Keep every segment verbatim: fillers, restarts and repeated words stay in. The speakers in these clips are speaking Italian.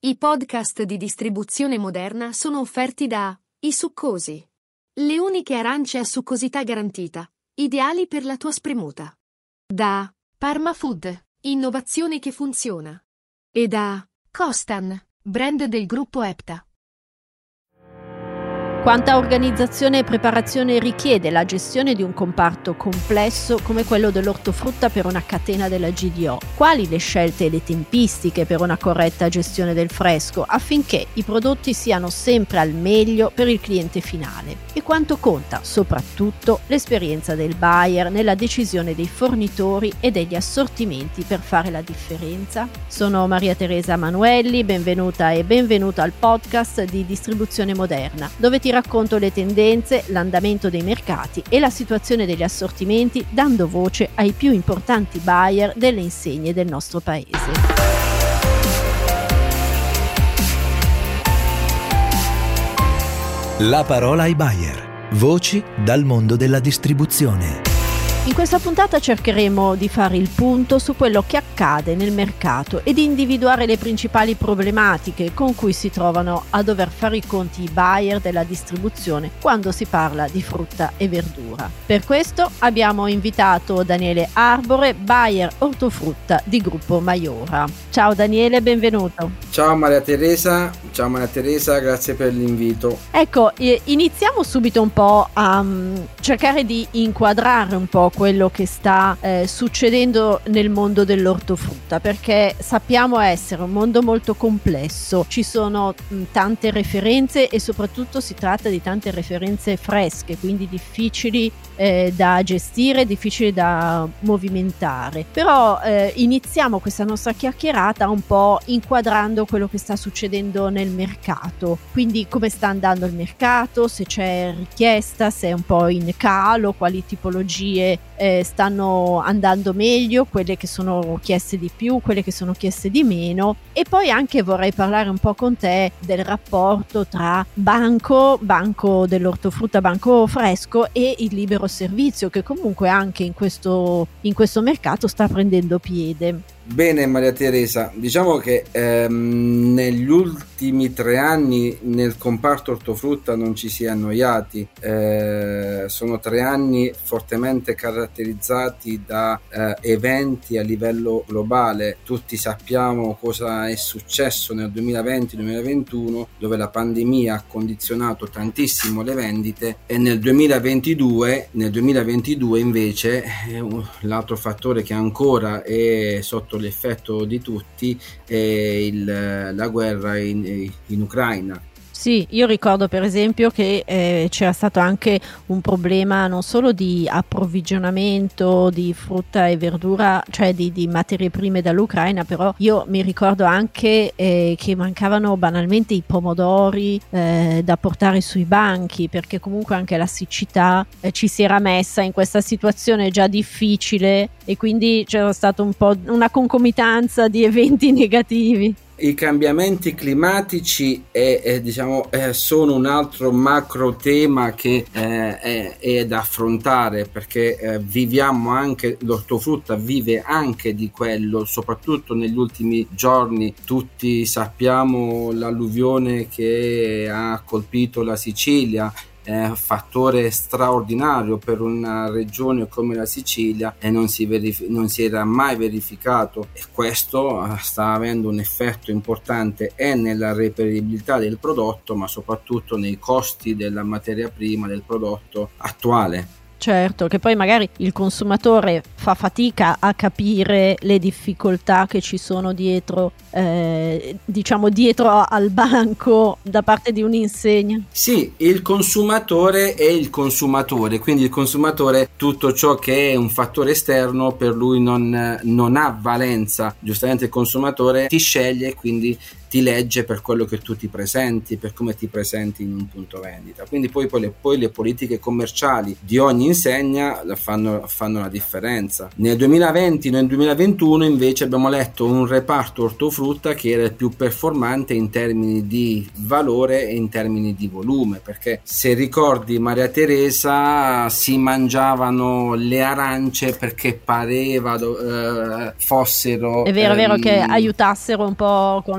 I podcast di distribuzione moderna sono offerti da I Succosi. Le uniche arance a succosità garantita, ideali per la tua spremuta. Da Parma Food, innovazione che funziona. E da Costan, brand del gruppo Epta. Quanta organizzazione e preparazione richiede la gestione di un comparto complesso come quello dell'ortofrutta per una catena della G D O? Quali le scelte e le tempistiche per una corretta gestione del fresco affinché i prodotti siano sempre al meglio per il cliente finale? E quanto conta, soprattutto, l'esperienza del buyer nella decisione dei fornitori e degli assortimenti per fare la differenza? Sono Maria Teresa Manuelli, benvenuta e benvenuto al podcast di Distribuzione Moderna, dove ti racconto le tendenze, l'andamento dei mercati e la situazione degli assortimenti, dando voce ai più importanti buyer delle insegne del nostro paese. La parola ai buyer. Voci dal mondo della distribuzione. In questa puntata cercheremo di fare il punto su quello che accade nel mercato e di individuare le principali problematiche con cui si trovano a dover fare i conti i buyer della distribuzione quando si parla di frutta e verdura. Per questo abbiamo invitato Daniele Arbore, buyer ortofrutta di Gruppo Maiora. Ciao Daniele, benvenuto. Ciao Maria Teresa, ciao Maria Teresa, grazie per l'invito. Ecco, iniziamo subito un po' a um, cercare di inquadrare un po' quello che sta eh, succedendo nel mondo dell'ortofrutta, perché sappiamo essere un mondo molto complesso, ci sono mh, tante referenze e soprattutto si tratta di tante referenze fresche, quindi difficili eh, da gestire, difficili da movimentare. Però eh, iniziamo questa nostra chiacchierata un po' inquadrando quello che sta succedendo nel mercato, quindi come sta andando il mercato, se c'è richiesta, se è un po' in calo, quali tipologie Eh, stanno andando meglio, quelle che sono chieste di più, quelle che sono chieste di meno. E poi anche vorrei parlare un po' con te del rapporto tra banco, banco dell'ortofrutta, banco fresco e il libero servizio, che comunque anche in questo, in questo mercato sta prendendo piede. Bene Maria Teresa, diciamo che ehm, negli ultimi tre anni nel comparto ortofrutta non ci si è annoiati, eh, sono tre anni fortemente caratterizzati da eh, eventi a livello globale. Tutti sappiamo cosa è successo nel duemilaventi duemilaventuno, dove la pandemia ha condizionato tantissimo le vendite, e nel duemilaventidue, nel duemilaventidue invece eh, l'altro fattore che ancora è sotto l'effetto di tutti è il, la guerra in, in Ucraina. Sì, io ricordo per esempio che eh, c'era stato anche un problema non solo di approvvigionamento di frutta e verdura, cioè di, di materie prime dall'Ucraina, però io mi ricordo anche eh, che mancavano banalmente i pomodori eh, da portare sui banchi, perché comunque anche la siccità eh, ci si era messa in questa situazione già difficile e quindi c'era stato un po' una concomitanza di eventi negativi. I cambiamenti climatici è, è, diciamo, è, sono un altro macro tema che eh, è, è da affrontare, perché eh, viviamo anche, l'ortofrutta vive anche di quello, soprattutto negli ultimi giorni. Tutti sappiamo l'alluvione che ha colpito la Sicilia, è un fattore straordinario per una regione come la Sicilia e non si, verif- non si era mai verificato, e questo sta avendo un effetto importante e nella reperibilità del prodotto, ma soprattutto nei costi della materia prima del prodotto attuale. Certo, che poi magari il consumatore fa fatica a capire le difficoltà che ci sono dietro, eh, diciamo dietro al banco da parte di un'insegna. Sì, il consumatore è il consumatore, quindi il consumatore, tutto ciò che è un fattore esterno per lui non, non ha valenza. Giustamente il consumatore ti sceglie, quindi ti legge per quello che tu ti presenti, per come ti presenti in un punto vendita. Quindi poi, poi, le, poi le politiche commerciali di ogni insegna fanno, fanno la differenza. Nel duemilaventi, nel duemilaventuno invece abbiamo letto un reparto ortofrutta che era il più performante in termini di valore e in termini di volume, perché se ricordi Maria Teresa si mangiavano le arance perché pareva eh, fossero... È vero, è ehm, vero che aiutassero un po' con la vita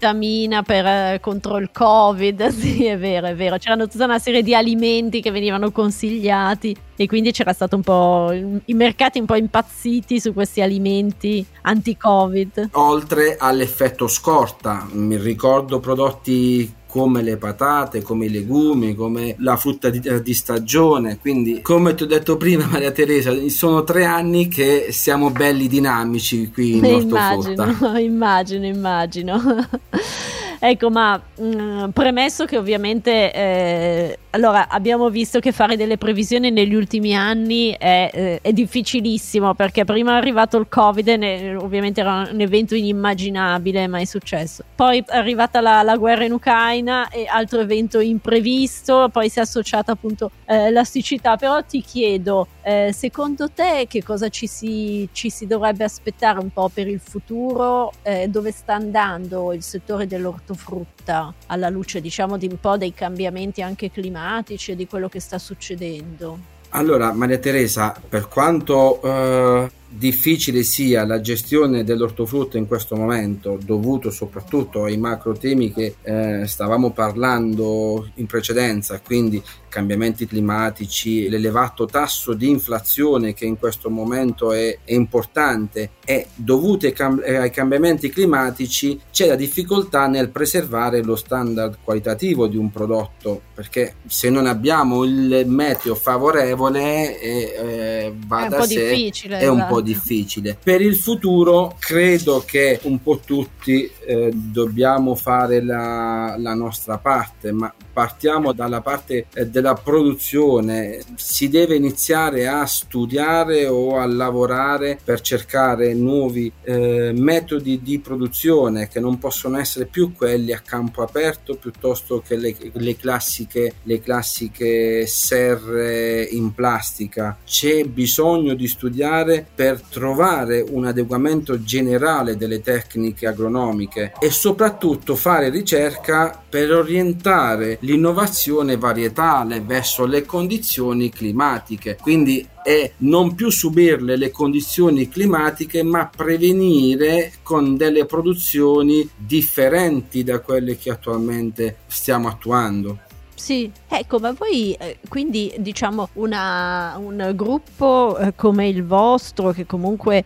vitamina per, eh, contro il Covid. Sì, è vero, è vero. C'erano tutta una serie di alimenti che venivano consigliati e quindi c'era stato un po' i mercati un po' impazziti su questi alimenti anti-Covid. Oltre all'effetto scorta, mi ricordo prodotti come le patate, come i legumi, come la frutta di, di stagione. Quindi, come ti ho detto prima, Maria Teresa, sono tre anni che siamo belli dinamici qui in ortofrutta. Immagino, immagino, immagino. Ecco, ma mh, premesso che ovviamente eh, allora abbiamo visto che fare delle previsioni negli ultimi anni è, eh, è difficilissimo, perché prima è arrivato il Covid, ne, ovviamente era un evento inimmaginabile, ma è successo. Poi è arrivata la, la guerra in Ucraina, e altro evento imprevisto, poi si è associata appunto eh, la siccità. Però ti chiedo, eh, secondo te che cosa ci si, ci si dovrebbe aspettare un po' per il futuro? Eh, dove sta andando il settore dell'ortofrutta alla luce, diciamo, di un po' dei cambiamenti anche climatici e di quello che sta succedendo? Allora, Maria Teresa, per quanto eh, difficile sia la gestione dell'ortofrutta in questo momento, dovuto soprattutto ai macro temi che eh, stavamo parlando in precedenza, quindi cambiamenti climatici, l'elevato tasso di inflazione che in questo momento è, è importante, e dovute cam- ai cambiamenti climatici c'è la difficoltà nel preservare lo standard qualitativo di un prodotto, perché se non abbiamo il meteo favorevole eh, eh, va è da un po' sé, difficile, è un esatto. po' difficile. Per il futuro credo che un po' tutti eh, dobbiamo fare la, la nostra parte, ma partiamo dalla parte eh, della produzione. Si deve iniziare a studiare o a lavorare per cercare nuovi eh, metodi di produzione, che non possono essere più quelli a campo aperto, piuttosto che le, le classiche le classiche serre in plastica. C'è bisogno di studiare per trovare un adeguamento generale delle tecniche agronomiche e soprattutto fare ricerca per orientare l'innovazione varietale verso le condizioni climatiche. Quindi è non più subirle le condizioni climatiche, ma prevenire con delle produzioni differenti da quelle che attualmente stiamo attuando. Sì, ecco, ma voi eh, quindi diciamo una, un gruppo eh, come il vostro, che comunque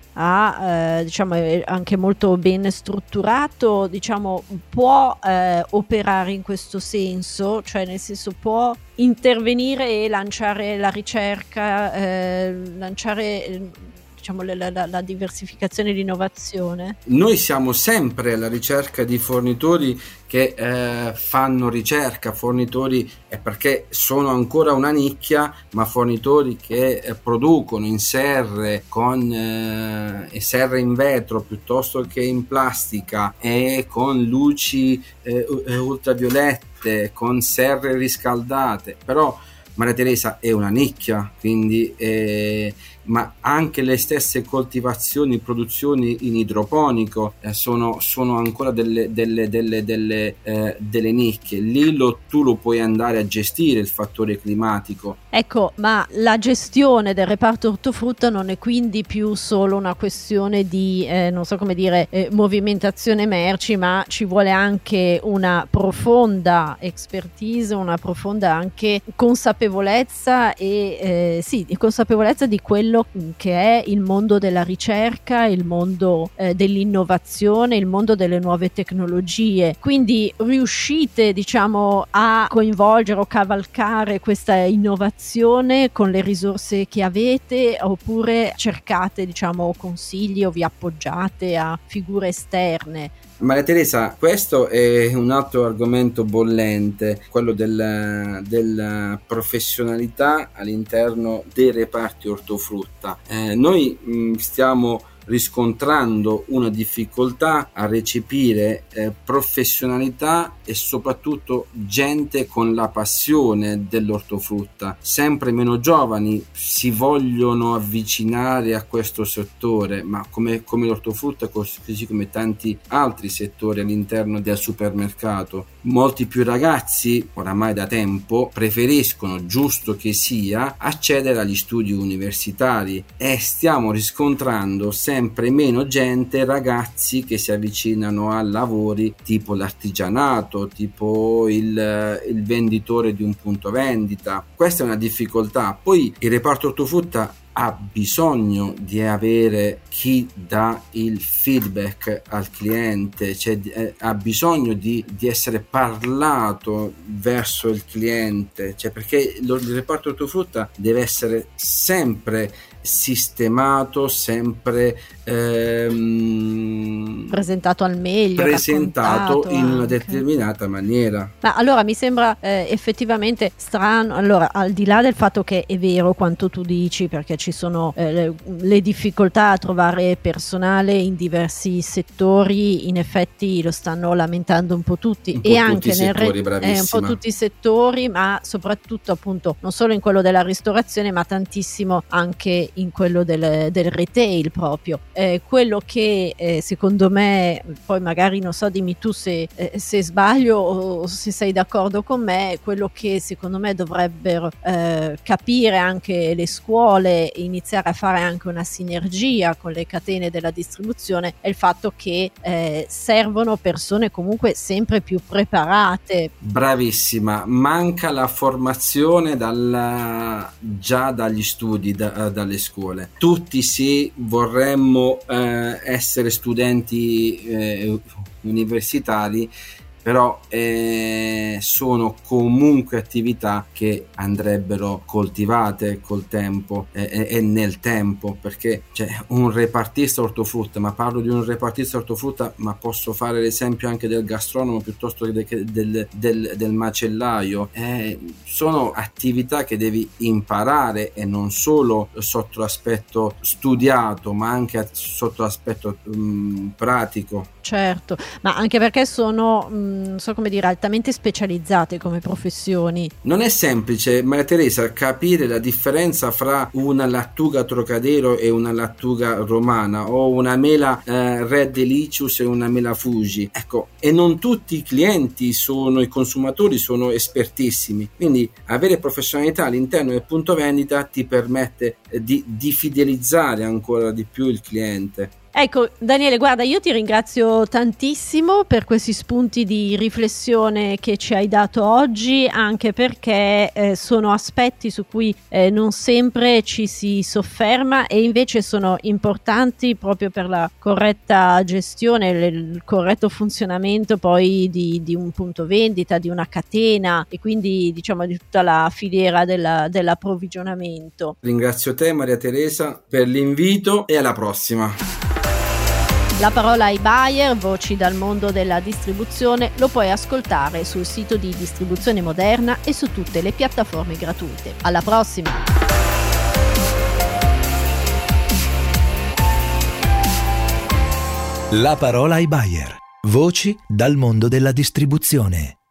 ha eh, diciamo è anche molto ben strutturato, diciamo può eh, operare in questo senso, cioè nel senso può intervenire e lanciare la ricerca, eh, lanciare eh, diciamo la, la, la diversificazione e l'innovazione? Noi siamo sempre alla ricerca di fornitori che eh, fanno ricerca, fornitori eh, perché sono ancora una nicchia, ma fornitori che eh, producono in serre con eh, serre in vetro piuttosto che in plastica, e con luci eh, ultraviolette, con serre riscaldate. Però Maria Teresa è una nicchia, quindi eh, ma anche le stesse coltivazioni, produzioni in idroponico eh, sono, sono ancora delle, delle, delle, delle, eh, delle nicchie. Lì lo, tu lo puoi andare a gestire il fattore climatico. Ecco, ma la gestione del reparto ortofrutta non è quindi più solo una questione di, eh, non so come dire, eh, movimentazione merci, ma ci vuole anche una profonda expertise, una profonda anche consapevolezza e eh, sì, consapevolezza di quello che è il mondo della ricerca, il mondo eh, dell'innovazione, il mondo delle nuove tecnologie. Quindi riuscite, diciamo, a coinvolgere o cavalcare questa innovazione con le risorse che avete, oppure cercate, diciamo, consigli o vi appoggiate a figure esterne? Maria Teresa, questo è un altro argomento bollente, quello del, della professionalità all'interno dei reparti ortofrutta. Eh, noi mh, stiamo riscontrando una difficoltà a recepire eh, professionalità e soprattutto gente con la passione dell'ortofrutta. Sempre meno giovani si vogliono avvicinare a questo settore, ma come, come l'ortofrutta, così come tanti altri settori all'interno del supermercato. Molti più ragazzi, oramai da tempo, preferiscono, giusto che sia, accedere agli studi universitari, e stiamo riscontrando sempre sempre meno gente, ragazzi che si avvicinano a lavori tipo l'artigianato, tipo il, il venditore di un punto vendita. Questa è una difficoltà. Poi il reparto ortofrutta ha bisogno di avere chi dà il feedback al cliente, cioè eh, ha bisogno di, di essere parlato verso il cliente, cioè perché lo, il reparto ortofrutta deve essere sempre sistemato, sempre ehm, presentato al meglio, presentato in una anche. determinata maniera. Ma allora mi sembra eh, effettivamente strano, allora al di là del fatto che è vero quanto tu dici, perché ci sono eh, le, le difficoltà a trovare personale in diversi settori, in effetti lo stanno lamentando un po' tutti, un po' e tutti anche i nel settori, re- eh, un po' tutti i settori, ma soprattutto appunto non solo in quello della ristorazione, ma tantissimo anche in quello del, del retail proprio. Eh, quello che eh, secondo me, poi magari non so, dimmi tu se, eh, se sbaglio o se sei d'accordo con me, quello che secondo me dovrebbero eh, capire anche le scuole e iniziare a fare anche una sinergia con le catene della distribuzione è il fatto che eh, servono persone comunque sempre più preparate. Bravissima, manca la formazione dalla, già dagli studi, da, dalle scuole. Tutti sì, vorremmo eh, essere studenti eh, universitari, però eh, sono comunque attività che andrebbero coltivate col tempo eh, e nel tempo, perché c'è un repartista ortofrutta, ma parlo di un repartista ortofrutta, ma posso fare l'esempio anche del gastronomo piuttosto che del, del, del macellaio. Eh, sono attività che devi imparare, e non solo sotto l'aspetto studiato, ma anche sotto l'aspetto mh, pratico. Certo, ma anche perché sono, mh, non so come dire, altamente specializzate come professioni. Non è semplice, Maria Teresa, capire la differenza fra una lattuga Trocadero e una lattuga romana, o una mela eh, Red Delicious e una mela Fuji. Ecco, e non tutti i clienti sono, i consumatori sono espertissimi, quindi avere professionalità all'interno del punto vendita ti permette eh, di, di fidelizzare ancora di più il cliente. Ecco Daniele, guarda, io ti ringrazio tantissimo per questi spunti di riflessione che ci hai dato oggi, anche perché eh, sono aspetti su cui eh, non sempre ci si sofferma e invece sono importanti proprio per la corretta gestione, il corretto funzionamento poi di, di un punto vendita, di una catena e quindi diciamo di tutta la filiera della, dell'approvvigionamento. Ringrazio te Maria Teresa per l'invito e alla prossima. La parola ai buyer, voci dal mondo della distribuzione, lo puoi ascoltare sul sito di Distribuzione Moderna e su tutte le piattaforme gratuite. Alla prossima! La parola ai buyer, voci dal mondo della distribuzione.